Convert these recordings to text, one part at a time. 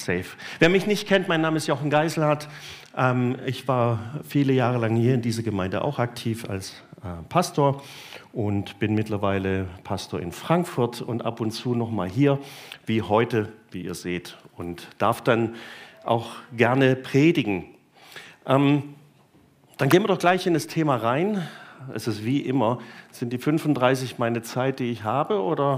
safe. Wer mich nicht kennt, mein Name ist Jochen Geiselhardt. Ich war viele Jahre lang hier in dieser Gemeinde auch aktiv als Pastor und bin mittlerweile Pastor in Frankfurt und ab und zu noch mal hier, wie heute, wie ihr seht, und darf dann auch gerne predigen. Dann gehen wir doch gleich in das Thema rein. Es ist wie immer, sind die 35 meine Zeit, die ich habe, oder?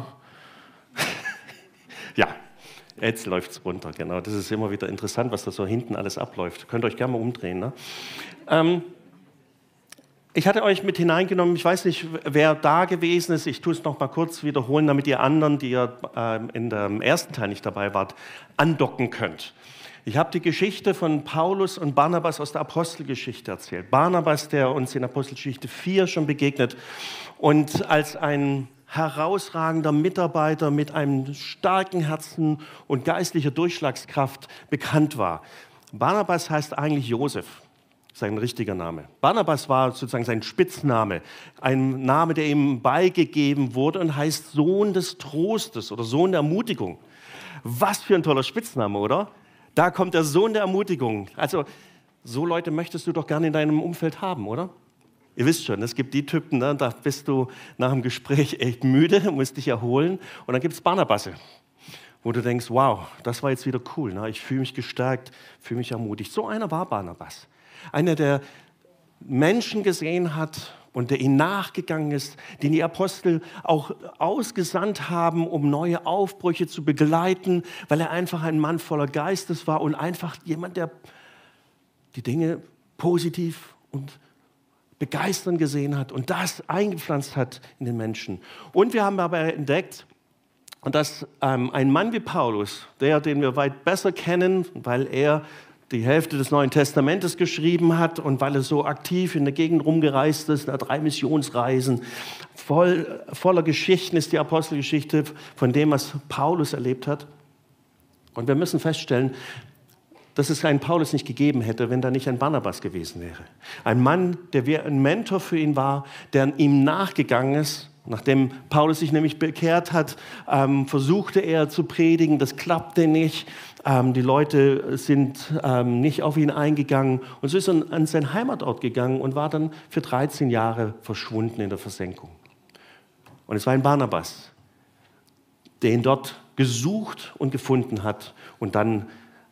Ja, jetzt läuft es runter, genau. Das ist immer wieder interessant, was da so hinten alles abläuft. Könnt ihr euch gerne mal umdrehen, ne? Ich hatte euch mit hineingenommen, ich weiß nicht, wer da gewesen ist, ich tue es noch mal kurz wiederholen, damit ihr anderen, die ihr in dem ersten Teil nicht dabei wart, andocken könnt. Ich habe die Geschichte von Paulus und Barnabas aus der Apostelgeschichte erzählt. Barnabas, der uns in Apostelgeschichte 4 schon begegnet und als ein herausragender Mitarbeiter mit einem starken Herzen und geistlicher Durchschlagskraft bekannt war. Barnabas heißt eigentlich Josef, sein richtiger Name. Barnabas war sozusagen sein Spitzname, ein Name, der ihm beigegeben wurde und heißt Sohn des Trostes oder Sohn der Ermutigung. Was für ein toller Spitzname, oder? Da kommt der Sohn der Ermutigung. Also so Leute möchtest du doch gerne in deinem Umfeld haben, oder? Ihr wisst schon, es gibt die Typen, ne, da bist du nach dem Gespräch echt müde, musst dich erholen. Und dann gibt es Barnabasse, wo du denkst, wow, das war jetzt wieder cool. Ne? Ich fühle mich gestärkt, fühle mich ermutigt. So einer war Barnabas. Einer, der Menschen gesehen hat und der ihnen nachgegangen ist, den die Apostel auch ausgesandt haben, um neue Aufbrüche zu begleiten, weil er einfach ein Mann voller Geistes war und einfach jemand, der die Dinge positiv und begeistern gesehen hat und das eingepflanzt hat in den Menschen. Und wir haben aber entdeckt, dass ein Mann wie Paulus, den wir weit besser kennen, weil er die Hälfte des Neuen Testamentes geschrieben hat und weil er so aktiv in der Gegend rumgereist ist, 3 Missionsreisen, voller Geschichten ist die Apostelgeschichte von dem, was Paulus erlebt hat. Und wir müssen feststellen, dass es einen Paulus nicht gegeben hätte, wenn da nicht ein Barnabas gewesen wäre. Ein Mann, der wie ein Mentor für ihn war, der ihm nachgegangen ist. Nachdem Paulus sich nämlich bekehrt hat, versuchte er zu predigen, das klappte nicht. Die Leute sind nicht auf ihn eingegangen. Und so ist er an seinen Heimatort gegangen und war dann für 13 Jahre verschwunden in der Versenkung. Und es war ein Barnabas, der ihn dort gesucht und gefunden hat und dann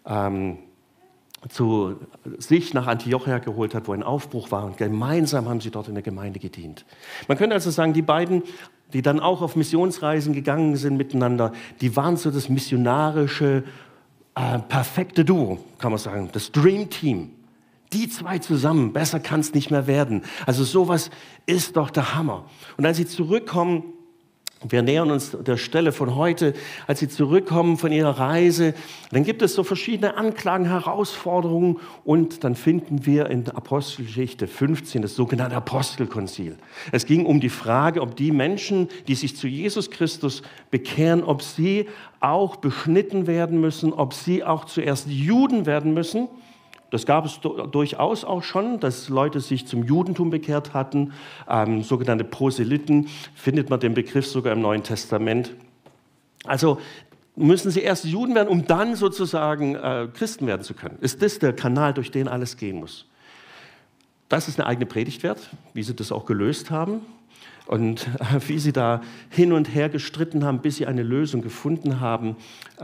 zu sich nach Antiochia geholt hat, wo ein Aufbruch war. Und gemeinsam haben sie dort in der Gemeinde gedient. Man könnte also sagen, die beiden, die dann auch auf Missionsreisen gegangen sind miteinander, die waren so das missionarische, perfekte Duo, kann man sagen, das Dream Team. Die zwei zusammen, besser kann es nicht mehr werden. Also sowas ist doch der Hammer. Und als sie zurückkommen, wir nähern uns der Stelle von heute, als sie zurückkommen von ihrer Reise, dann gibt es so verschiedene Anklagen, Herausforderungen und dann finden wir in Apostelgeschichte 15 das sogenannte Apostelkonzil. Es ging um die Frage, ob die Menschen, die sich zu Jesus Christus bekehren, ob sie auch beschnitten werden müssen, ob sie auch zuerst Juden werden müssen. Das gab es durchaus auch schon, dass Leute sich zum Judentum bekehrt hatten, sogenannte Proselyten, findet man den Begriff sogar im Neuen Testament. Also müssen sie erst Juden werden, um dann sozusagen Christen werden zu können. Ist das der Kanal, durch den alles gehen muss? Das ist eine eigene Predigt wert, wie sie das auch gelöst haben und wie sie da hin und her gestritten haben, bis sie eine Lösung gefunden haben.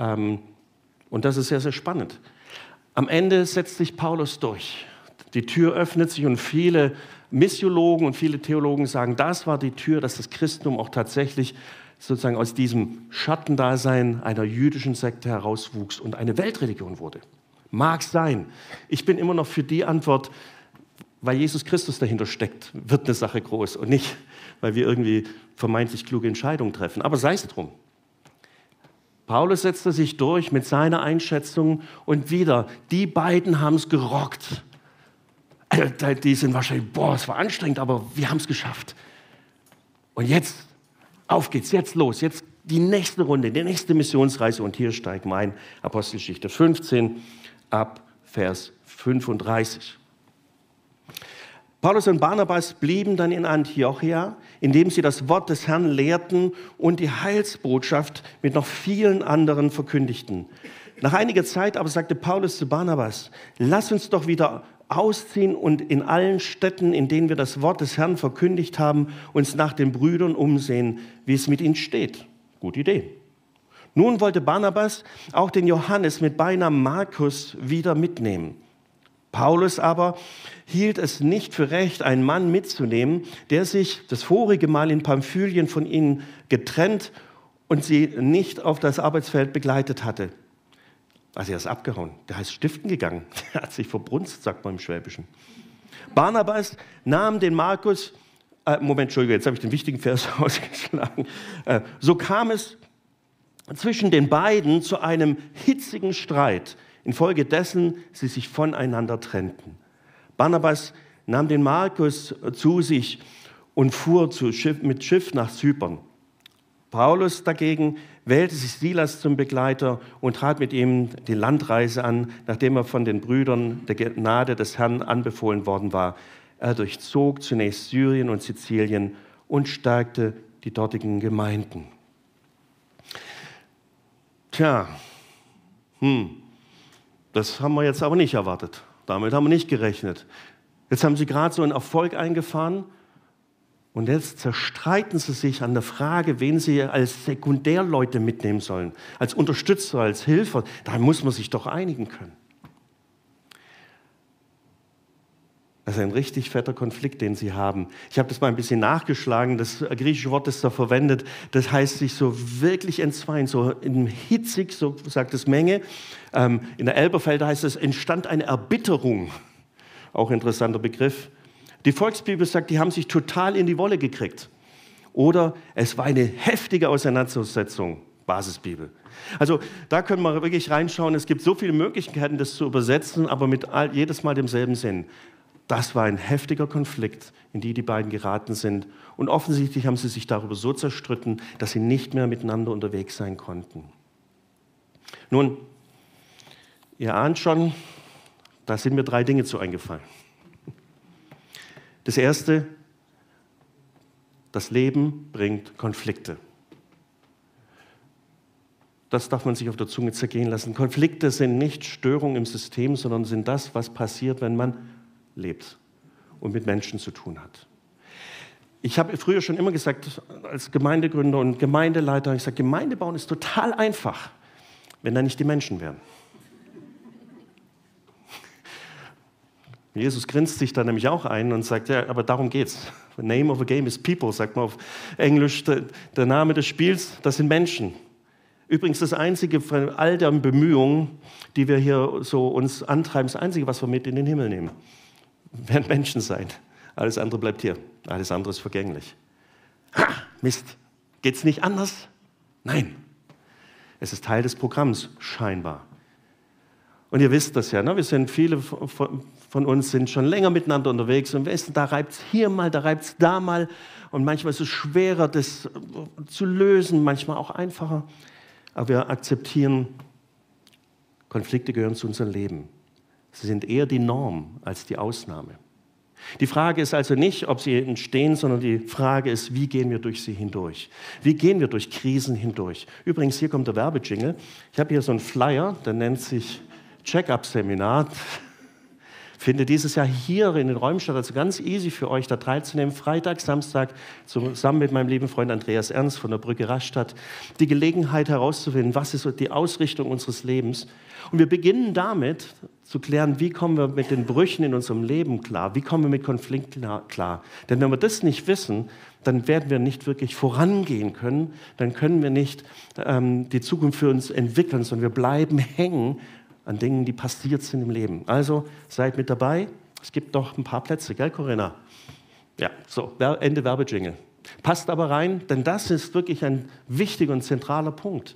Und das ist sehr, sehr spannend. Am Ende setzt sich Paulus durch. Die Tür öffnet sich und viele Missiologen und viele Theologen sagen, das war die Tür, dass das Christentum auch tatsächlich sozusagen aus diesem Schattendasein einer jüdischen Sekte herauswuchs und eine Weltreligion wurde. Mag sein. Ich bin immer noch für die Antwort, weil Jesus Christus dahinter steckt, wird eine Sache groß und nicht, weil wir irgendwie vermeintlich kluge Entscheidungen treffen. Aber sei es drum. Paulus setzte sich durch mit seiner Einschätzung und wieder, die beiden haben es gerockt. Die sind wahrscheinlich, es war anstrengend, aber wir haben es geschafft. Und jetzt, auf geht's, jetzt los, jetzt die nächste Runde, die nächste Missionsreise. Und hier steigt mein Apostelgeschichte 15 ab Vers 35. Paulus und Barnabas blieben dann in Antiochia, indem sie das Wort des Herrn lehrten und die Heilsbotschaft mit noch vielen anderen verkündigten. Nach einiger Zeit aber sagte Paulus zu Barnabas, lass uns doch wieder ausziehen und in allen Städten, in denen wir das Wort des Herrn verkündigt haben, uns nach den Brüdern umsehen, wie es mit ihnen steht. Gute Idee. Nun wollte Barnabas auch den Johannes mit Beinamen Markus wieder mitnehmen. Paulus aber hielt es nicht für recht, einen Mann mitzunehmen, der sich das vorige Mal in Pamphylien von ihnen getrennt und sie nicht auf das Arbeitsfeld begleitet hatte. Also er ist abgehauen, der ist stiften gegangen, der hat sich verbrunst, sagt man im Schwäbischen. Barnabas nahm den Markus, Entschuldigung, jetzt habe ich den wichtigen Vers ausgeschlagen. So kam es zwischen den beiden zu einem hitzigen Streit, infolgedessen sie sich voneinander trennten. Barnabas nahm den Markus zu sich und fuhr mit Schiff nach Zypern. Paulus dagegen wählte sich Silas zum Begleiter und trat mit ihm die Landreise an, nachdem er von den Brüdern der Gnade des Herrn anbefohlen worden war. Er durchzog zunächst Syrien und Sizilien und stärkte die dortigen Gemeinden. Tja, das haben wir jetzt aber nicht erwartet. Damit haben wir nicht gerechnet. Jetzt haben sie gerade so einen Erfolg eingefahren und jetzt zerstreiten sie sich an der Frage, wen sie als Sekundärleute mitnehmen sollen, als Unterstützer, als Hilfe. Da muss man sich doch einigen können. Das ist ein richtig fetter Konflikt, den sie haben. Ich habe das mal ein bisschen nachgeschlagen. Das griechische Wort, das da verwendet, das heißt sich so wirklich entzweien, so hitzig, so sagt es Menge. In der Elberfelder heißt es, entstand eine Erbitterung. Auch interessanter Begriff. Die Volksbibel sagt, die haben sich total in die Wolle gekriegt. Oder es war eine heftige Auseinandersetzung, Basisbibel. Also da können wir wirklich reinschauen. Es gibt so viele Möglichkeiten, das zu übersetzen, aber mit jedes Mal demselben Sinn. Das war ein heftiger Konflikt, in die beiden geraten sind. Und offensichtlich haben sie sich darüber so zerstritten, dass sie nicht mehr miteinander unterwegs sein konnten. Nun, ihr ahnt schon, da sind mir 3 Dinge zu eingefallen. Das erste, das Leben bringt Konflikte. Das darf man sich auf der Zunge zergehen lassen. Konflikte sind nicht Störungen im System, sondern sind das, was passiert, wenn man lebt und mit Menschen zu tun hat. Ich habe früher schon immer gesagt, als Gemeindegründer und Gemeindeleiter, ich sage, Gemeinde bauen ist total einfach, wenn da nicht die Menschen wären. Jesus grinst sich da nämlich auch ein und sagt, ja, aber darum geht's. The name of a game is people, sagt man auf Englisch. Der Name des Spiels, das sind Menschen. Übrigens das Einzige von all den Bemühungen, die wir hier so uns antreiben, das Einzige, was wir mit in den Himmel nehmen, werden Menschen sein. Alles andere bleibt hier. Alles andere ist vergänglich. Ha, Mist. Geht's nicht anders? Nein. Es ist Teil des Programms, scheinbar. Und ihr wisst das ja, ne? Wir sind viele von uns sind schon länger miteinander unterwegs und wissen, da reibt es hier mal, da reibt es da mal und manchmal ist es schwerer, das zu lösen, manchmal auch einfacher. Aber wir akzeptieren, Konflikte gehören zu unserem Leben. Sie sind eher die Norm als die Ausnahme. Die Frage ist also nicht, ob sie entstehen, sondern die Frage ist, wie gehen wir durch sie hindurch? Wie gehen wir durch Krisen hindurch? Übrigens, hier kommt der Werbejingle. Ich habe hier so einen Flyer, der nennt sich Check-up-Seminar. Findet dieses Jahr hier in den Räumen statt, also ganz easy für euch da teilzunehmen. Freitag, Samstag, zusammen mit meinem lieben Freund Andreas Ernst von der Brücke Rastatt, die Gelegenheit herauszufinden, was ist die Ausrichtung unseres Lebens. Und wir beginnen damit zu klären, wie kommen wir mit den Brüchen in unserem Leben klar, wie kommen wir mit Konflikten klar. Denn wenn wir das nicht wissen, dann werden wir nicht wirklich vorangehen können, dann können wir nicht die Zukunft für uns entwickeln, sondern wir bleiben hängen an Dingen, die passiert sind im Leben. Also seid mit dabei. Es gibt noch ein paar Plätze, gell, Corinna? Ja, so, Ende Werbejingle. Passt aber rein, denn das ist wirklich ein wichtiger und zentraler Punkt.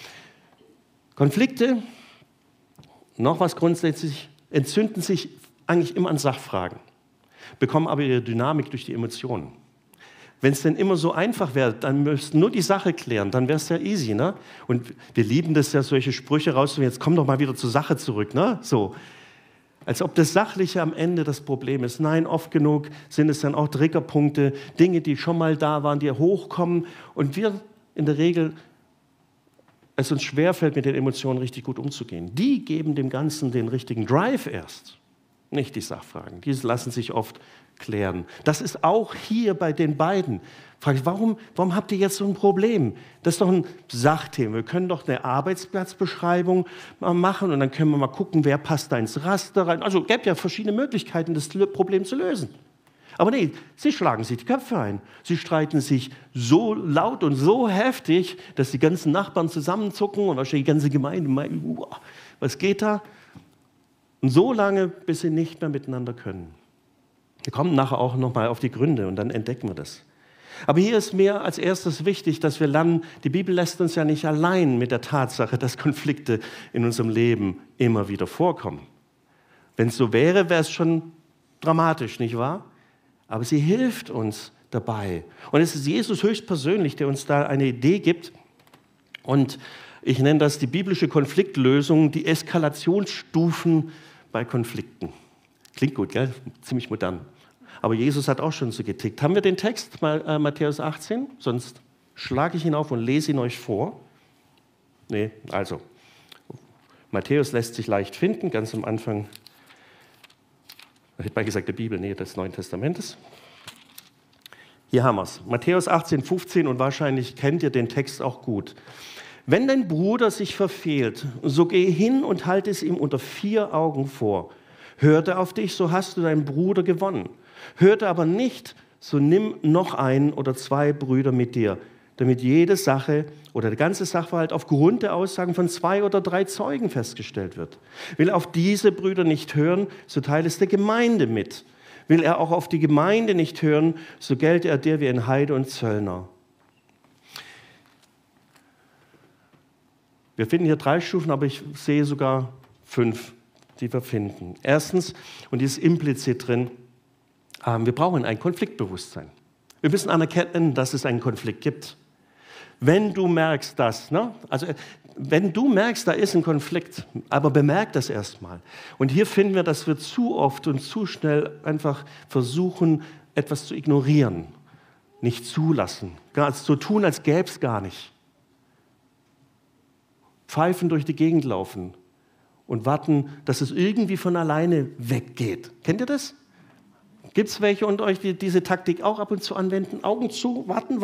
Konflikte, noch was grundsätzlich, entzünden sich eigentlich immer an Sachfragen, bekommen aber ihre Dynamik durch die Emotionen. Wenn es denn immer so einfach wäre, dann müssten nur die Sache klären, dann wäre es ja easy, ne? Und wir lieben das ja, solche Sprüche rauszuholen, jetzt komm doch mal wieder zur Sache zurück, ne? So. Als ob das Sachliche am Ende das Problem ist. Nein, oft genug sind es dann auch Triggerpunkte, Dinge, die schon mal da waren, die hochkommen. Und wir in der Regel es uns schwerfällt, mit den Emotionen richtig gut umzugehen. Die geben dem Ganzen den richtigen Drive erst, nicht die Sachfragen. Die lassen sich oft klären. Das ist auch hier bei den beiden. Frage ich, warum habt ihr jetzt so ein Problem? Das ist doch ein Sachthema. Wir können doch eine Arbeitsplatzbeschreibung mal machen und dann können wir mal gucken, wer passt da ins Raster rein. Also es gäbe ja verschiedene Möglichkeiten, das Problem zu lösen. Aber nee, sie schlagen sich die Köpfe ein. Sie streiten sich so laut und so heftig, dass die ganzen Nachbarn zusammenzucken und wahrscheinlich die ganze Gemeinde meint, was geht da? Und so lange, bis sie nicht mehr miteinander können. Wir kommen nachher auch noch mal auf die Gründe und dann entdecken wir das. Aber hier ist mir als erstes wichtig, dass wir lernen, die Bibel lässt uns ja nicht allein mit der Tatsache, dass Konflikte in unserem Leben immer wieder vorkommen. Wenn es so wäre, wäre es schon dramatisch, nicht wahr? Aber sie hilft uns dabei. Und es ist Jesus höchstpersönlich, der uns da eine Idee gibt. Und ich nenne das die biblische Konfliktlösung, die Eskalationsstufen bei Konflikten. Klingt gut, gell? Ziemlich modern. Aber Jesus hat auch schon so getickt. Haben wir den Text, Matthäus 18? Sonst schlage ich ihn auf und lese ihn euch vor. Nee, also, Matthäus lässt sich leicht finden, ganz am Anfang. Da hätte man gesagt, der Bibel, nee, des Neuen Testamentes. Hier haben wir es. Matthäus 18, 15 und wahrscheinlich kennt ihr den Text auch gut. Wenn dein Bruder sich verfehlt, so geh hin und halte es ihm unter 4 Augen vor. Hört er auf dich, so hast du deinen Bruder gewonnen. Hört er aber nicht, so nimm noch 1 oder 2 Brüder mit dir, damit jede Sache oder der ganze Sachverhalt aufgrund der Aussagen von 2 oder 3 Zeugen festgestellt wird. Will er auf diese Brüder nicht hören, so teile es der Gemeinde mit. Will er auch auf die Gemeinde nicht hören, so gelte er dir wie ein Heide und Zöllner. Wir finden hier 3 Stufen, aber ich sehe sogar 5, die wir finden. Erstens, und die ist implizit drin, wir brauchen ein Konfliktbewusstsein. Wir müssen anerkennen, dass es einen Konflikt gibt. Wenn du merkst, wenn du merkst, da ist ein Konflikt, aber bemerk das erstmal. Und hier finden wir, dass wir zu oft und zu schnell einfach versuchen, etwas zu ignorieren, nicht zulassen, so tun, als gäbe es gar nicht. Pfeifen durch die Gegend laufen und warten, dass es irgendwie von alleine weggeht. Kennt ihr das? Gibt es welche unter euch, die diese Taktik auch ab und zu anwenden? Augen zu, warten.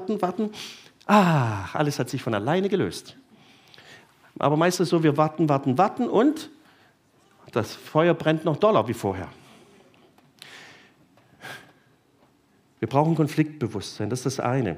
Alles hat sich von alleine gelöst. Aber meistens so, wir warten und das Feuer brennt noch doller wie vorher. Wir brauchen Konfliktbewusstsein, das ist das eine.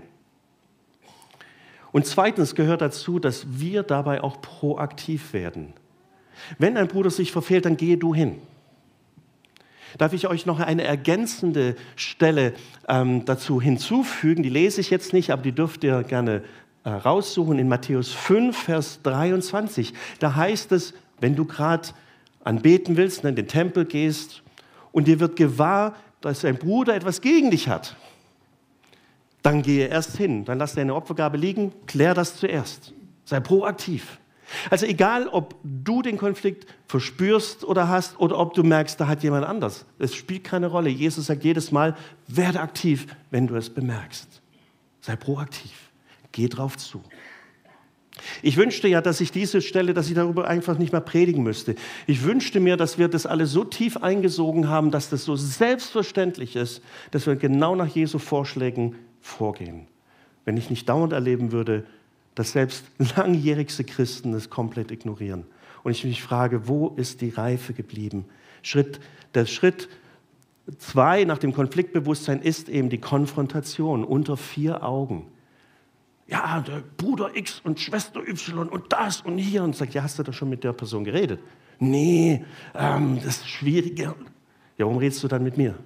Und zweitens gehört dazu, dass wir dabei auch proaktiv werden. Wenn ein Bruder sich verfehlt, dann gehe du hin. Darf ich euch noch eine ergänzende Stelle dazu hinzufügen? Die lese ich jetzt nicht, aber die dürft ihr gerne raussuchen. In Matthäus 5, Vers 23. Da heißt es, wenn du gerade anbeten willst, in den Tempel gehst und dir wird gewahr, dass dein Bruder etwas gegen dich hat, dann gehe erst hin. Dann lass deine Opfergabe liegen, klär das zuerst. Sei proaktiv. Also egal, ob du den Konflikt verspürst oder hast oder ob du merkst, da hat jemand anders. Es spielt keine Rolle. Jesus sagt jedes Mal, werde aktiv, wenn du es bemerkst. Sei proaktiv. Geh drauf zu. Ich wünschte ja, dass ich diese Stelle, dass ich darüber einfach nicht mehr predigen müsste. Ich wünschte mir, dass wir das alle so tief eingesogen haben, dass das so selbstverständlich ist, dass wir genau nach Jesu Vorschlägen vorgehen. Wenn ich nicht dauernd erleben würde, dass selbst langjährigste Christen das komplett ignorieren. Und ich mich frage, wo ist die Reife geblieben? Der Schritt 2 nach dem Konfliktbewusstsein ist eben die Konfrontation unter 4 Augen. Ja, der Bruder X und Schwester Y und das und hier. Und sagt, ja, hast du doch schon mit der Person geredet? Nee, das ist schwierig. Ja, warum redest du dann mit mir?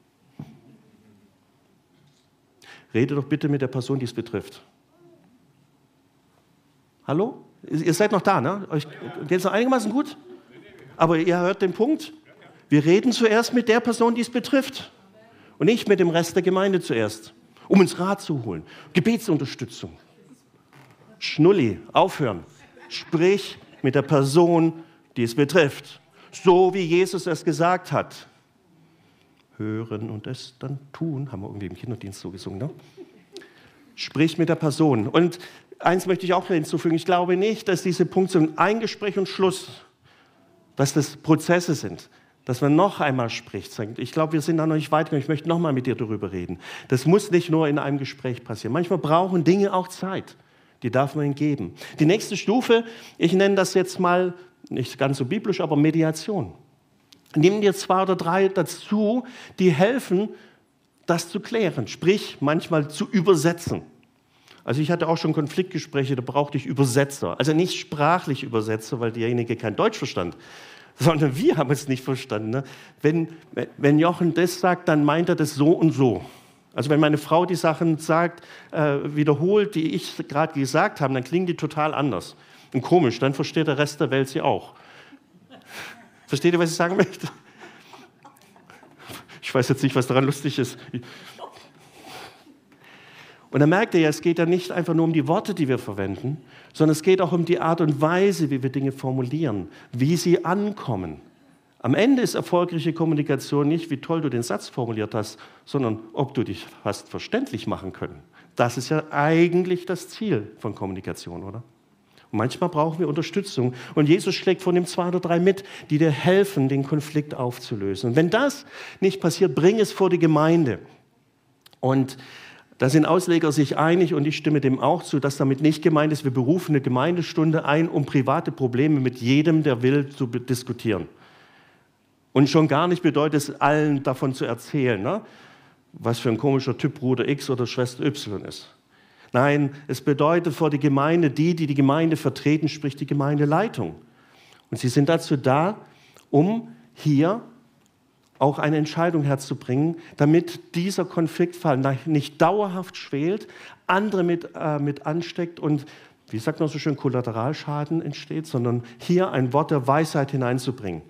Rede doch bitte mit der Person, die es betrifft. Hallo? Ihr seid noch da, ne? Euch geht es noch einigermaßen gut? Aber ihr hört den Punkt? Wir reden zuerst mit der Person, die es betrifft. Und nicht mit dem Rest der Gemeinde zuerst. Um uns Rat zu holen. Gebetsunterstützung. Schnulli, aufhören. Sprich mit der Person, die es betrifft. So wie Jesus es gesagt hat. Hören und es dann tun. Haben wir irgendwie im Kinderdienst so gesungen, ne? Sprich mit der Person. Und eins möchte ich auch hinzufügen, ich glaube nicht, dass diese Punkte so ein Gespräch und Schluss, dass das Prozesse sind, dass man noch einmal spricht. Ich glaube, wir sind da noch nicht weit gekommen, ich möchte noch mal mit dir darüber reden. Das muss nicht nur in einem Gespräch passieren. Manchmal brauchen Dinge auch Zeit, die darf man ihnen geben. Die nächste Stufe, ich nenne das jetzt mal, nicht ganz so biblisch, aber Mediation. Nimm dir 2 oder 3 dazu, die helfen, das zu klären, sprich manchmal zu übersetzen. Also ich hatte auch schon Konfliktgespräche, da brauchte ich Übersetzer. Also nicht sprachlich Übersetzer, weil derjenige kein Deutsch verstand, sondern wir haben es nicht verstanden. Ne? Wenn Jochen das sagt, dann meint er das so und so. Also wenn meine Frau die Sachen sagt, wiederholt, die ich gerade gesagt habe, dann klingen die total anders. Und komisch, dann versteht der Rest der Welt sie auch. Versteht ihr, was ich sagen möchte? Ich weiß jetzt nicht, was daran lustig ist. Und dann merkt ihr ja, es geht ja nicht einfach nur um die Worte, die wir verwenden, sondern es geht auch um die Art und Weise, wie wir Dinge formulieren, wie sie ankommen. Am Ende ist erfolgreiche Kommunikation nicht, wie toll du den Satz formuliert hast, sondern ob du dich hast verständlich machen können. Das ist ja eigentlich das Ziel von Kommunikation, oder? Und manchmal brauchen wir Unterstützung. Und Jesus schlägt von dem 2 oder 3 mit, die dir helfen, den Konflikt aufzulösen. Und wenn das nicht passiert, bring es vor die Gemeinde. Und da sind Ausleger sich einig, und ich stimme dem auch zu, dass damit nicht gemeint ist, wir berufen eine Gemeindestunde ein, um private Probleme mit jedem, der will, zu diskutieren. Und schon gar nicht bedeutet es, allen davon zu erzählen, ne? Was für ein komischer Typ Bruder X oder Schwester Y ist. Nein, es bedeutet vor die Gemeinde, die Gemeinde vertreten, sprich die Gemeindeleitung. Und sie sind dazu da, um hier auch eine Entscheidung herzubringen, damit dieser Konfliktfall nicht dauerhaft schwelt, andere mit ansteckt und, wie sagt man so schön, Kollateralschaden entsteht, sondern hier ein Wort der Weisheit hineinzubringen.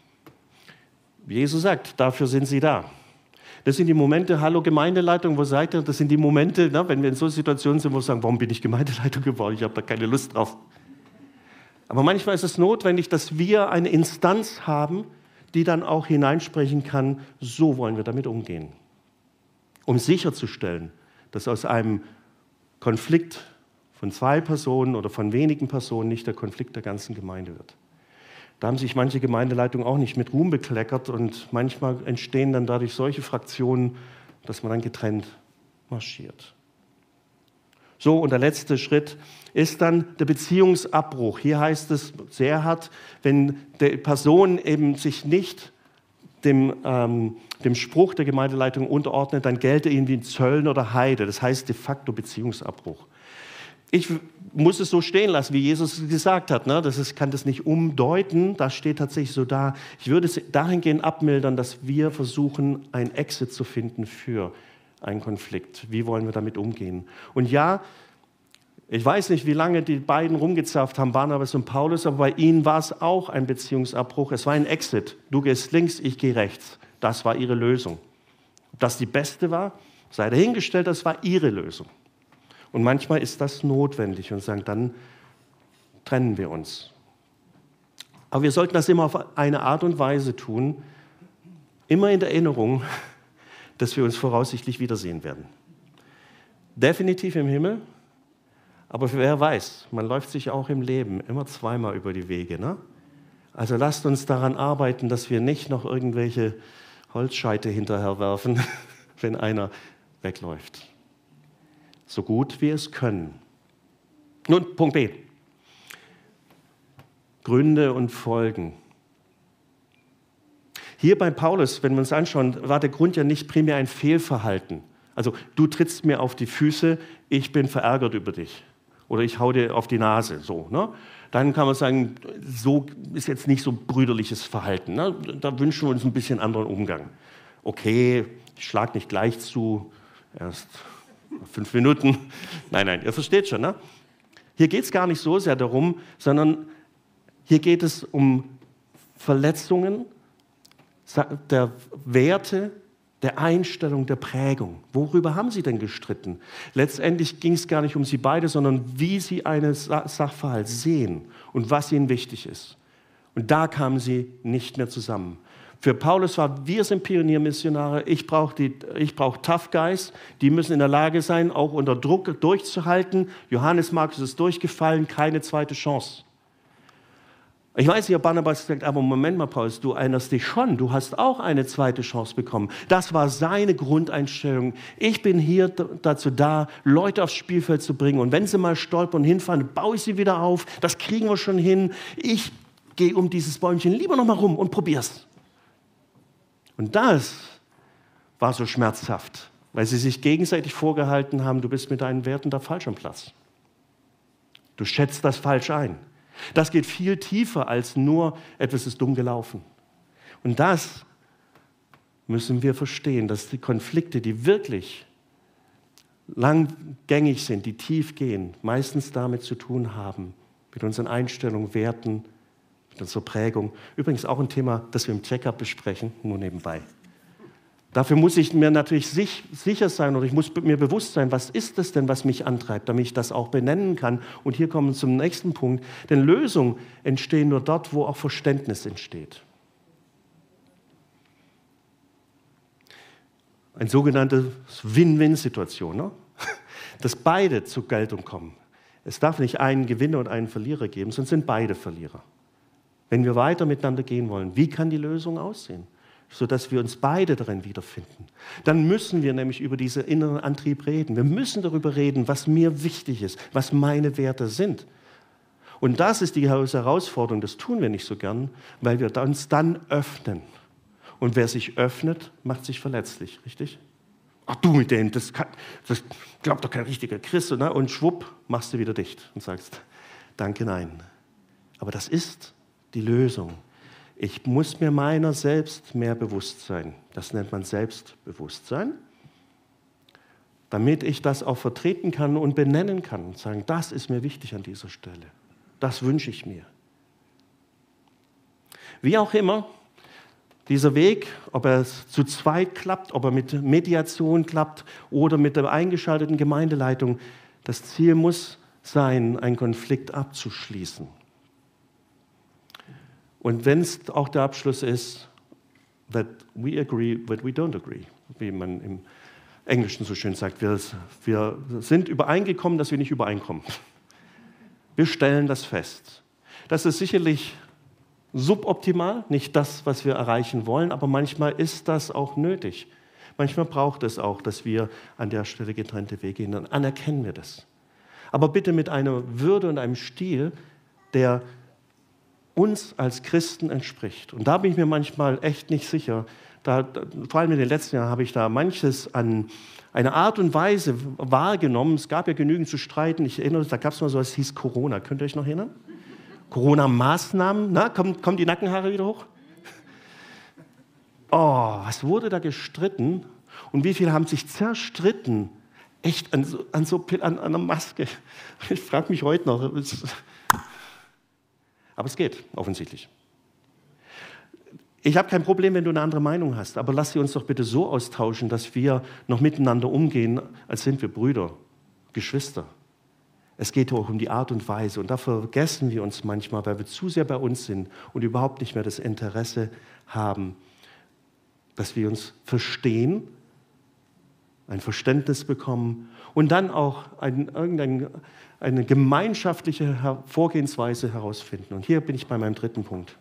Jesus sagt, dafür sind sie da. Das sind die Momente, hallo Gemeindeleitung, wo seid ihr? Das sind die Momente, ne, wenn wir in so Situationen sind, wo wir sagen, warum bin ich Gemeindeleitung geworden? Ich habe da keine Lust drauf. Aber manchmal ist es notwendig, dass wir eine Instanz haben, die dann auch hineinsprechen kann, so wollen wir damit umgehen. Um sicherzustellen, dass aus einem Konflikt von 2 Personen oder von wenigen Personen nicht der Konflikt der ganzen Gemeinde wird. Da haben sich manche Gemeindeleitungen auch nicht mit Ruhm bekleckert und manchmal entstehen dann dadurch solche Fraktionen, dass man dann getrennt marschiert. So, und der letzte Schritt ist dann der Beziehungsabbruch. Hier heißt es sehr hart, wenn die Person eben sich nicht dem Spruch der Gemeindeleitung unterordnet, dann gelte ihnen wie Zöllen oder Heide. Das heißt de facto Beziehungsabbruch. Ich muss es so stehen lassen, wie Jesus es gesagt hat. Ne? Kann das nicht umdeuten, das steht tatsächlich so da. Ich würde es dahingehend abmildern, dass wir versuchen, ein Exit zu finden für einen Konflikt. Wie wollen wir damit umgehen? Und ja, ich weiß nicht, wie lange die beiden rumgezapft haben, Barnabas und Paulus, aber bei ihnen war es auch ein Beziehungsabbruch. Es war ein Exit. Du gehst links, ich gehe rechts. Das war ihre Lösung. Ob das die beste war, sei dahingestellt, das war ihre Lösung. Und manchmal ist das notwendig und sagen, dann trennen wir uns. Aber wir sollten das immer auf eine Art und Weise tun, immer in der Erinnerung, dass wir uns voraussichtlich wiedersehen werden. Definitiv im Himmel, aber wer weiß, man läuft sich auch im Leben immer zweimal über die Wege. Ne? Also lasst uns daran arbeiten, dass wir nicht noch irgendwelche Holzscheite hinterherwerfen, wenn einer wegläuft. So gut wir es können. Nun, Punkt B. Gründe und Folgen. Hier bei Paulus, wenn wir uns anschauen, war der Grund ja nicht primär ein Fehlverhalten. Also du trittst mir auf die Füße, ich bin verärgert über dich. Oder ich hau dir auf die Nase. So, ne? Dann kann man sagen, so ist jetzt nicht so brüderliches Verhalten. Ne? Da wünschen wir uns ein bisschen anderen Umgang. Okay, ich schlage nicht gleich zu, erst 5 Minuten. Nein, ihr versteht schon. Ne? Hier geht es gar nicht so sehr darum, sondern hier geht es um Verletzungen der Werte, der Einstellung, der Prägung. Worüber haben sie denn gestritten? Letztendlich ging es gar nicht um sie beide, sondern wie sie einen Sachverhalt sehen und was ihnen wichtig ist. Und da kamen sie nicht mehr zusammen. Für Paulus war, wir sind Pioniermissionare, ich brauche Tough Guys, die müssen in der Lage sein, auch unter Druck durchzuhalten. Johannes Markus ist durchgefallen, keine zweite Chance. Ich weiß nicht, ob Barnabas sagt, aber Moment mal, Paulus, du erinnerst dich schon, du hast auch eine zweite Chance bekommen. Das war seine Grundeinstellung. Ich bin hier dazu da, Leute aufs Spielfeld zu bringen. Und wenn sie mal stolpern und hinfallen, baue ich sie wieder auf. Das kriegen wir schon hin. Ich gehe um dieses Bäumchen lieber noch mal rum und probier's. Und das war so schmerzhaft, weil sie sich gegenseitig vorgehalten haben, du bist mit deinen Werten da falsch am Platz. Du schätzt das falsch ein. Das geht viel tiefer als nur, etwas ist dumm gelaufen. Und das müssen wir verstehen, dass die Konflikte, die wirklich langgängig sind, die tief gehen, meistens damit zu tun haben, mit unseren Einstellungen, Werten, mit unserer Prägung. Übrigens auch ein Thema, das wir im Check-up besprechen, nur nebenbei. Dafür muss ich mir natürlich sicher sein oder ich muss mir bewusst sein, was ist es denn, was mich antreibt, damit ich das auch benennen kann. Und hier kommen wir zum nächsten Punkt. Denn Lösungen entstehen nur dort, wo auch Verständnis entsteht. Eine sogenannte Win-Win-Situation, ne? Dass beide zur Geltung kommen. Es darf nicht einen Gewinner und einen Verlierer geben, sonst sind beide Verlierer. Wenn wir weiter miteinander gehen wollen, wie kann die Lösung aussehen? Sodass wir uns beide darin wiederfinden. Dann müssen wir nämlich über diesen inneren Antrieb reden. Wir müssen darüber reden, was mir wichtig ist, was meine Werte sind. Und das ist die Herausforderung, das tun wir nicht so gern, weil wir uns dann öffnen. Und wer sich öffnet, macht sich verletzlich, richtig? Ach du mit dem, das glaubt doch kein richtiger Christ. Ne? Und schwupp, machst du wieder dicht und sagst, danke, nein. Aber das ist die Lösung. Ich muss mir meiner selbst mehr bewusst sein. Das nennt man Selbstbewusstsein. Damit ich das auch vertreten kann und benennen kann und sagen, das ist mir wichtig an dieser Stelle. Das wünsche ich mir. Wie auch immer, dieser Weg, ob er zu zweit klappt, ob er mit Mediation klappt oder mit der eingeschalteten Gemeindeleitung, das Ziel muss sein, einen Konflikt abzuschließen. Und wenn es auch der Abschluss ist, that we agree, that we don't agree, wie man im Englischen so schön sagt, wir sind übereingekommen, dass wir nicht übereinkommen. Wir stellen das fest. Das ist sicherlich suboptimal, nicht das, was wir erreichen wollen, aber manchmal ist das auch nötig. Manchmal braucht es auch, dass wir an der Stelle getrennte Wege gehen, dann anerkennen wir das. Aber bitte mit einer Würde und einem Stil, der uns als Christen entspricht. Und da bin ich mir manchmal echt nicht sicher. Vor allem in den letzten Jahren habe ich da manches an eine Art und Weise wahrgenommen. Es gab ja genügend zu streiten. Ich erinnere mich, da gab es mal so etwas, hieß Corona. Könnt ihr euch noch erinnern? Corona-Maßnahmen. Na, kommen die Nackenhaare wieder hoch? Oh, was wurde da gestritten? Und wie viele haben sich zerstritten? Echt an einer Maske. Ich frage mich heute noch. Aber es geht, offensichtlich. Ich habe kein Problem, wenn du eine andere Meinung hast, aber lass sie uns doch bitte so austauschen, dass wir noch miteinander umgehen, als sind wir Brüder, Geschwister. Es geht auch um die Art und Weise und da vergessen wir uns manchmal, weil wir zu sehr bei uns sind und überhaupt nicht mehr das Interesse haben, dass wir uns verstehen, ein Verständnis bekommen und dann auch eine gemeinschaftliche Vorgehensweise herausfinden. Und hier bin ich bei meinem dritten Punkt.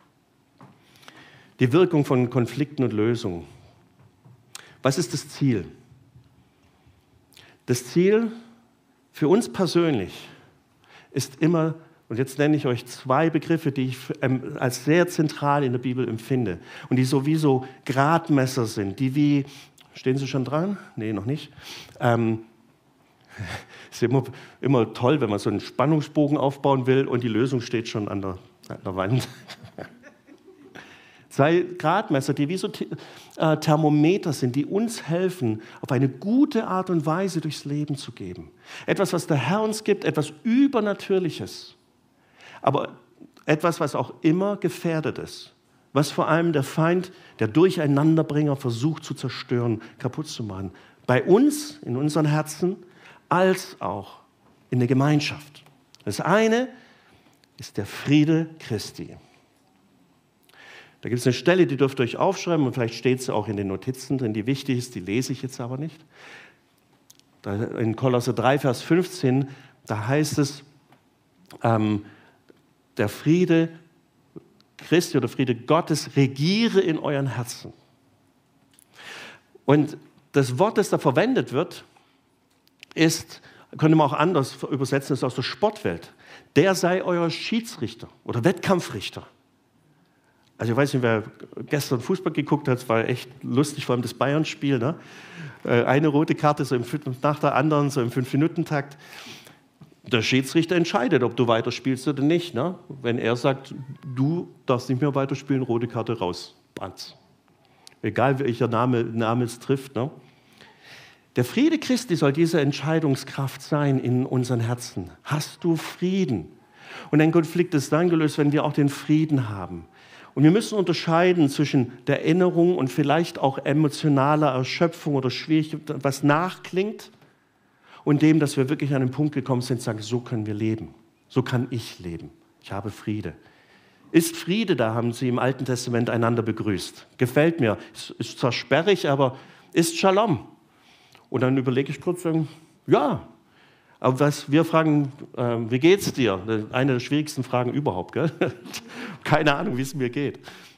Die Wirkung von Konflikten und Lösungen. Was ist das Ziel? Das Ziel für uns persönlich ist immer, und jetzt nenne ich euch zwei Begriffe, die ich als sehr zentral in der Bibel empfinde und die sowieso Gradmesser sind, die wie, stehen Sie schon dran? Nee, noch nicht. Es ist immer toll, wenn man so einen Spannungsbogen aufbauen will und die Lösung steht schon an der Wand. Zwei Gradmesser, die wie so Thermometer sind, die uns helfen, auf eine gute Art und Weise durchs Leben zu gehen. Etwas, was der Herr uns gibt, etwas Übernatürliches, aber etwas, was auch immer gefährdet ist, was vor allem der Feind, der Durcheinanderbringer, versucht zu zerstören, kaputt zu machen. Bei uns, in unseren Herzen, als auch in der Gemeinschaft. Das eine ist der Friede Christi. Da gibt es eine Stelle, die dürft ihr euch aufschreiben und vielleicht steht sie auch in den Notizen drin, die wichtig ist, die lese ich jetzt aber nicht. In Kolosser 3, Vers 15, da heißt es, der Friede Christi oder Friede Gottes regiere in euren Herzen. Und das Wort, das da verwendet wird, ist, könnte man auch anders übersetzen, ist aus der Sportwelt. Der sei euer Schiedsrichter oder Wettkampfrichter. Also ich weiß nicht, wer gestern Fußball geguckt hat, es war echt lustig, vor allem das Bayern-Spiel. Ne? Eine rote Karte so nach der anderen, so im 5-Minuten-Takt. Der Schiedsrichter entscheidet, ob du weiterspielst oder nicht. Ne? Wenn er sagt, du darfst nicht mehr weiterspielen, rote Karte raus, Banz. Egal welcher Name es trifft. Ne? Der Friede Christi soll diese Entscheidungskraft sein in unseren Herzen. Hast du Frieden? Und ein Konflikt ist dann gelöst, wenn wir auch den Frieden haben. Und wir müssen unterscheiden zwischen der Erinnerung und vielleicht auch emotionaler Erschöpfung oder Schwierigkeit, was nachklingt, und dem, dass wir wirklich an den Punkt gekommen sind, sagen, so können wir leben. So kann ich leben. Ich habe Friede. Ist Friede da, haben sie im Alten Testament einander begrüßt. Gefällt mir. Ist zwar sperrig, aber ist Shalom. Und dann überlege ich kurz, ja. Aber was wir fragen, wie geht's dir? Eine der schwierigsten Fragen überhaupt. Gell? Keine Ahnung, wie es mir geht.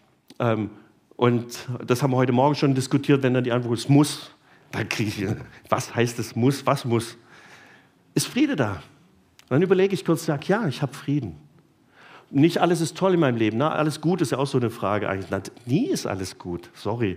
Und das haben wir heute Morgen schon diskutiert, wenn dann die Antwort ist, muss. Dann kriege ich, was heißt es muss, was muss? Ist Friede da? Dann überlege ich kurz, sage, ja, ich habe Frieden. Nicht alles ist toll in meinem Leben. Ne? Alles gut ist ja auch so eine Frage eigentlich. Nie ist alles gut, sorry.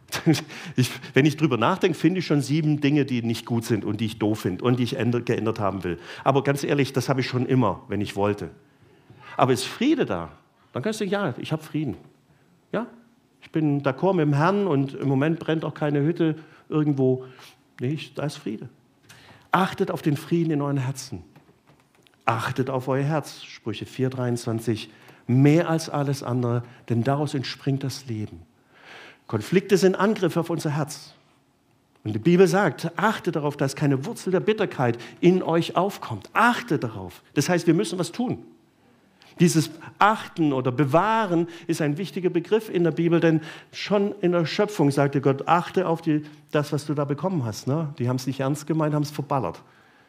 Wenn ich drüber nachdenke, finde ich schon 7 Dinge, die nicht gut sind und die ich doof finde und die ich geändert haben will. Aber ganz ehrlich, das habe ich schon immer, wenn ich wollte. Aber ist Friede da? Dann kannst du sagen, ja, ich habe Frieden. Ja, ich bin d'accord mit dem Herrn und im Moment brennt auch keine Hütte irgendwo. Nee, da ist Friede. Achtet auf den Frieden in euren Herzen. Achtet auf euer Herz. Sprüche 4,23. Mehr als alles andere, denn daraus entspringt das Leben. Konflikte sind Angriffe auf unser Herz. Und die Bibel sagt, achtet darauf, dass keine Wurzel der Bitterkeit in euch aufkommt. Achtet darauf. Das heißt, wir müssen was tun. Dieses Achten oder Bewahren ist ein wichtiger Begriff in der Bibel, denn schon in der Schöpfung sagte Gott, achte auf das, was du da bekommen hast. Ne? Die haben es nicht ernst gemeint, haben es verballert.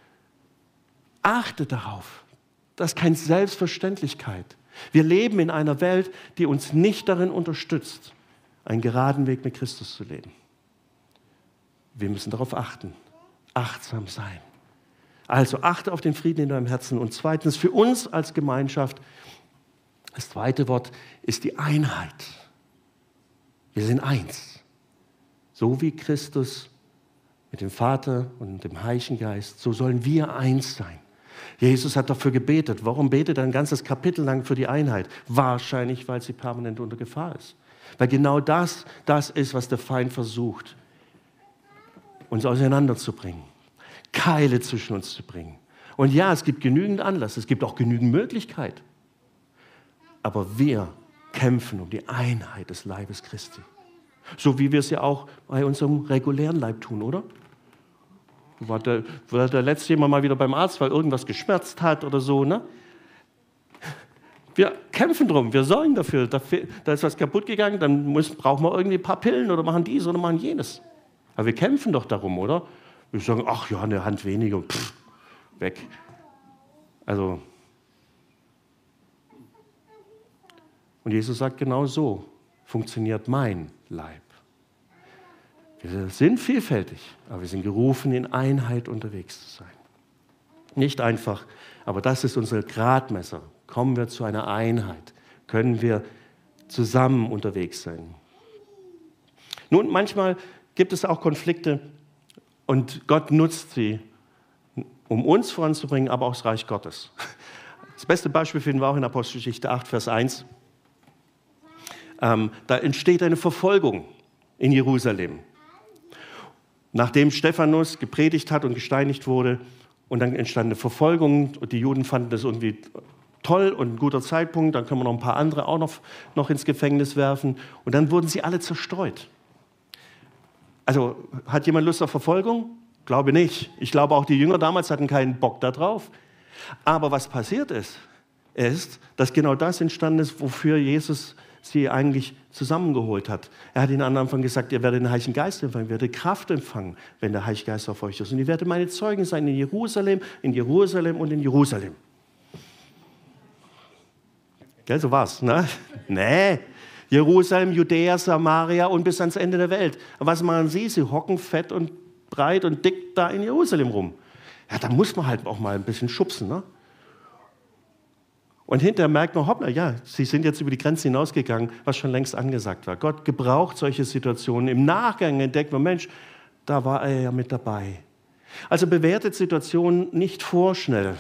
Achte darauf. Das ist keine Selbstverständlichkeit. Wir leben in einer Welt, die uns nicht darin unterstützt, einen geraden Weg mit Christus zu leben. Wir müssen darauf achten, achtsam sein. Also achte auf den Frieden in deinem Herzen. Und zweitens, für uns als Gemeinschaft, das zweite Wort ist die Einheit. Wir sind eins. So wie Christus mit dem Vater und dem Heiligen Geist, so sollen wir eins sein. Jesus hat dafür gebetet. Warum betet er ein ganzes Kapitel lang für die Einheit? Wahrscheinlich, weil sie permanent unter Gefahr ist. Weil genau das ist, was der Feind versucht, uns auseinanderzubringen. Keile zwischen uns zu bringen. Und ja, es gibt genügend Anlass, es gibt auch genügend Möglichkeit. Aber wir kämpfen um die Einheit des Leibes Christi. So wie wir es ja auch bei unserem regulären Leib tun, oder? War der letzte Mal wieder beim Arzt, weil irgendwas geschmerzt hat oder so, ne? Wir kämpfen drum, wir sorgen dafür. Da ist was kaputt gegangen, dann brauchen wir irgendwie ein paar Pillen oder machen dies oder machen jenes. Aber wir kämpfen doch darum, oder? Wir sagen, ach ja, eine Hand weniger, weg. Also, und Jesus sagt, genau so funktioniert mein Leib. Wir sind vielfältig, aber wir sind gerufen, in Einheit unterwegs zu sein. Nicht einfach, aber das ist unser Gradmesser. Kommen wir zu einer Einheit, können wir zusammen unterwegs sein. Nun, manchmal gibt es auch Konflikte, und Gott nutzt sie, um uns voranzubringen, aber auch das Reich Gottes. Das beste Beispiel finden wir auch in Apostelgeschichte 8, Vers 1. Da entsteht eine Verfolgung in Jerusalem. Nachdem Stephanus gepredigt hat und gesteinigt wurde, und dann entstand eine Verfolgung, und die Juden fanden das irgendwie toll und ein guter Zeitpunkt, dann können wir noch ein paar andere auch noch ins Gefängnis werfen. Und dann wurden sie alle zerstreut. Also, hat jemand Lust auf Verfolgung? Glaube nicht. Ich glaube, auch die Jünger damals hatten keinen Bock darauf. Aber was passiert ist, dass genau das entstanden ist, wofür Jesus sie eigentlich zusammengeholt hat. Er hat ihnen am Anfang gesagt, ihr werdet den Heiligen Geist empfangen, ihr werdet Kraft empfangen, wenn der Heilige Geist auf euch ist. Und ihr werdet meine Zeugen sein in Jerusalem und in Jerusalem. Gell, so war's, ne? Nee. Jerusalem, Judäa, Samaria und bis ans Ende der Welt. Aber was machen sie? Sie hocken fett und breit und dick da in Jerusalem rum. Ja, da muss man halt auch mal ein bisschen schubsen, ne? Und hinterher merkt man, hoppla, ja, sie sind jetzt über die Grenze hinausgegangen, was schon längst angesagt war. Gott gebraucht solche Situationen. Im Nachgang entdeckt man, Mensch, da war er ja mit dabei. Also bewertet Situationen nicht vorschnell,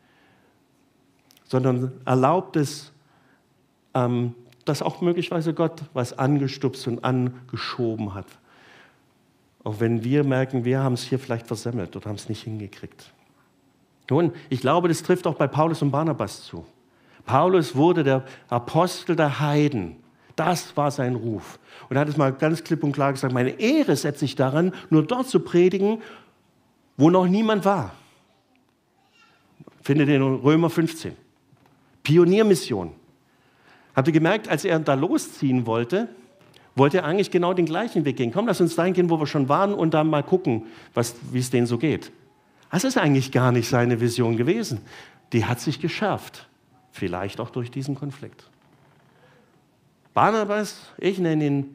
sondern erlaubt es, dass auch möglicherweise Gott was angestupst und angeschoben hat. Auch wenn wir merken, wir haben es hier vielleicht versemmelt oder haben es nicht hingekriegt. Nun, ich glaube, das trifft auch bei Paulus und Barnabas zu. Paulus wurde der Apostel der Heiden. Das war sein Ruf. Und er hat es mal ganz klipp und klar gesagt, meine Ehre setze ich daran, nur dort zu predigen, wo noch niemand war. Findet ihr in Römer 15. Pioniermission. Habt ihr gemerkt, als er da losziehen wollte er eigentlich genau den gleichen Weg gehen. Komm, lass uns dahin gehen, wo wir schon waren und dann mal gucken, wie es denen so geht. Das ist eigentlich gar nicht seine Vision gewesen. Die hat sich geschärft. Vielleicht auch durch diesen Konflikt. Barnabas, ich nenne ihn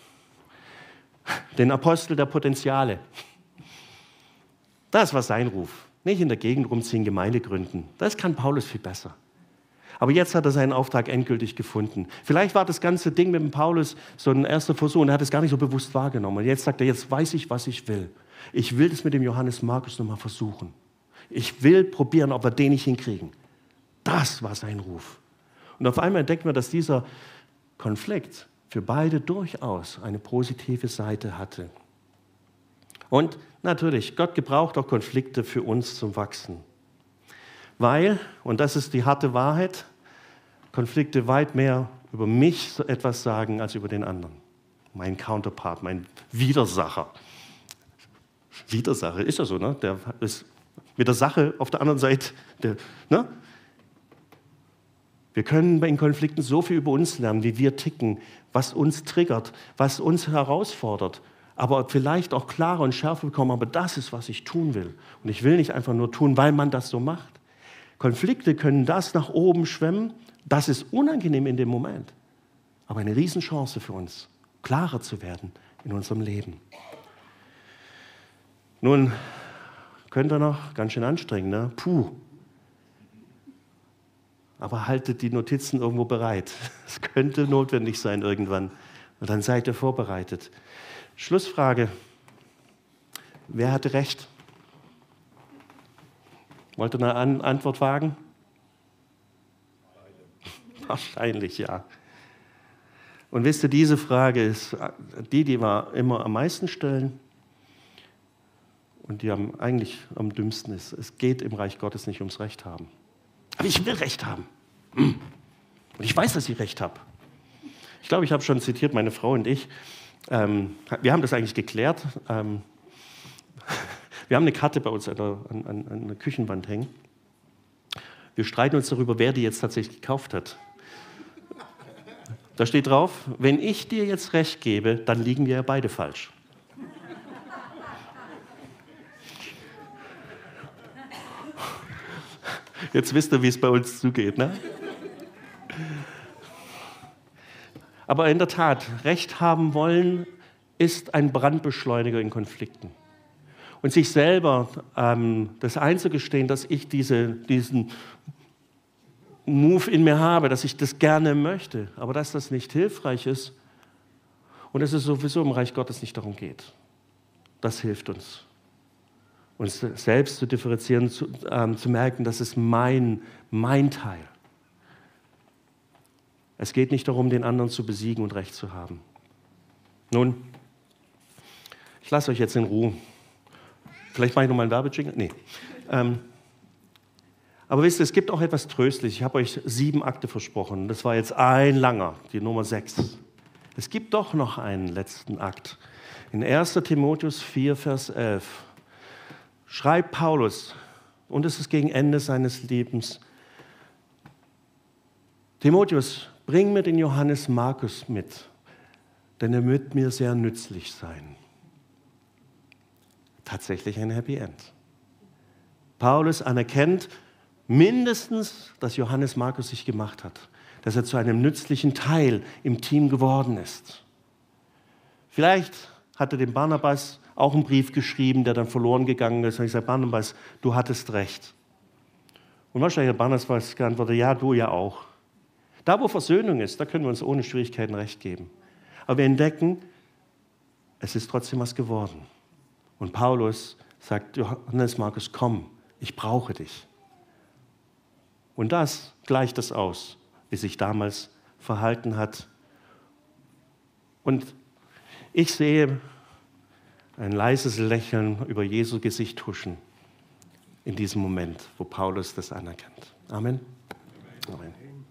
den Apostel der Potenziale. Das war sein Ruf. Nicht in der Gegend rumziehen, Gemeinde gründen. Das kann Paulus viel besser. Aber jetzt hat er seinen Auftrag endgültig gefunden. Vielleicht war das ganze Ding mit dem Paulus so ein erster Versuch und er hat es gar nicht so bewusst wahrgenommen. Und jetzt sagt er, jetzt weiß ich, was ich will. Ich will das mit dem Johannes Markus nochmal versuchen. Ich will probieren, ob wir den nicht hinkriegen. Das war sein Ruf. Und auf einmal entdeckt man, dass dieser Konflikt für beide durchaus eine positive Seite hatte. Und natürlich, Gott gebraucht auch Konflikte für uns zum Wachsen. Weil, und das ist die harte Wahrheit, Konflikte weit mehr über mich etwas sagen als über den anderen. Mein Counterpart, mein Widersacher. Widersacher, ist ja so, ne? Der ist mit der Sache auf der anderen Seite, ne? Wir können in Konflikten so viel über uns lernen, wie wir ticken, was uns triggert, was uns herausfordert, aber vielleicht auch klarer und schärfer bekommen, aber das ist, was ich tun will. Und ich will nicht einfach nur tun, weil man das so macht. Konflikte können das nach oben schwemmen, das ist unangenehm in dem Moment, aber eine Riesenchance für uns, klarer zu werden in unserem Leben. Nun, könnte noch ganz schön anstrengend, ne? Puh. Aber haltet die Notizen irgendwo bereit. Es könnte notwendig sein irgendwann. Und dann seid ihr vorbereitet. Schlussfrage. Wer hatte recht? Wollt ihr eine Antwort wagen? Wahrscheinlich ja. Und wisst ihr, diese Frage ist die wir immer am meisten stellen und die eigentlich am dümmsten ist. Es geht im Reich Gottes nicht ums Recht haben. Aber ich will Recht haben. Und ich weiß, dass ich Recht habe. Ich glaube, ich habe schon zitiert, meine Frau und ich. Wir haben das eigentlich geklärt. Wir haben eine Karte bei uns an der Küchenwand hängen. Wir streiten uns darüber, wer die jetzt tatsächlich gekauft hat. Da steht drauf, wenn ich dir jetzt Recht gebe, dann liegen wir ja beide falsch. Jetzt wisst ihr, wie es bei uns zugeht, ne? Aber in der Tat, Recht haben wollen ist ein Brandbeschleuniger in Konflikten. Und sich selber das einzugestehen, dass ich diesen Move in mir habe, dass ich das gerne möchte, aber dass das nicht hilfreich ist und dass es sowieso im Reich Gottes nicht darum geht. Das hilft uns. Uns selbst zu differenzieren, zu merken, das ist mein Teil. Es geht nicht darum, den anderen zu besiegen und Recht zu haben. Nun, ich lasse euch jetzt in Ruhe. Vielleicht mache ich noch mal einen Werbejingle? Nee. Aber wisst ihr, es gibt auch etwas Tröstliches. Ich habe euch 7 Akte versprochen. Das war jetzt ein langer, die Nummer 6. Es gibt doch noch einen letzten Akt. In 1. Timotheus 4, Vers 11 schreibt Paulus, und es ist gegen Ende seines Lebens, Timotheus, bring mir den Johannes Markus mit, denn er wird mir sehr nützlich sein. Tatsächlich ein Happy End. Paulus anerkennt mindestens, dass Johannes Markus sich gemacht hat, dass er zu einem nützlichen Teil im Team geworden ist. Vielleicht hat er dem Barnabas auch einen Brief geschrieben, der dann verloren gegangen ist. Und ich sage, Barnabas, du hattest recht. Und wahrscheinlich hat Barnabas geantwortet, ja, du ja auch. Da, wo Versöhnung ist, da können wir uns ohne Schwierigkeiten recht geben. Aber wir entdecken, es ist trotzdem was geworden. Und Paulus sagt, Johannes Markus, komm, ich brauche dich. Und das gleicht es aus, wie sich damals verhalten hat. Und ich sehe ein leises Lächeln über Jesu Gesicht huschen in diesem Moment, wo Paulus das anerkennt. Amen. Amen.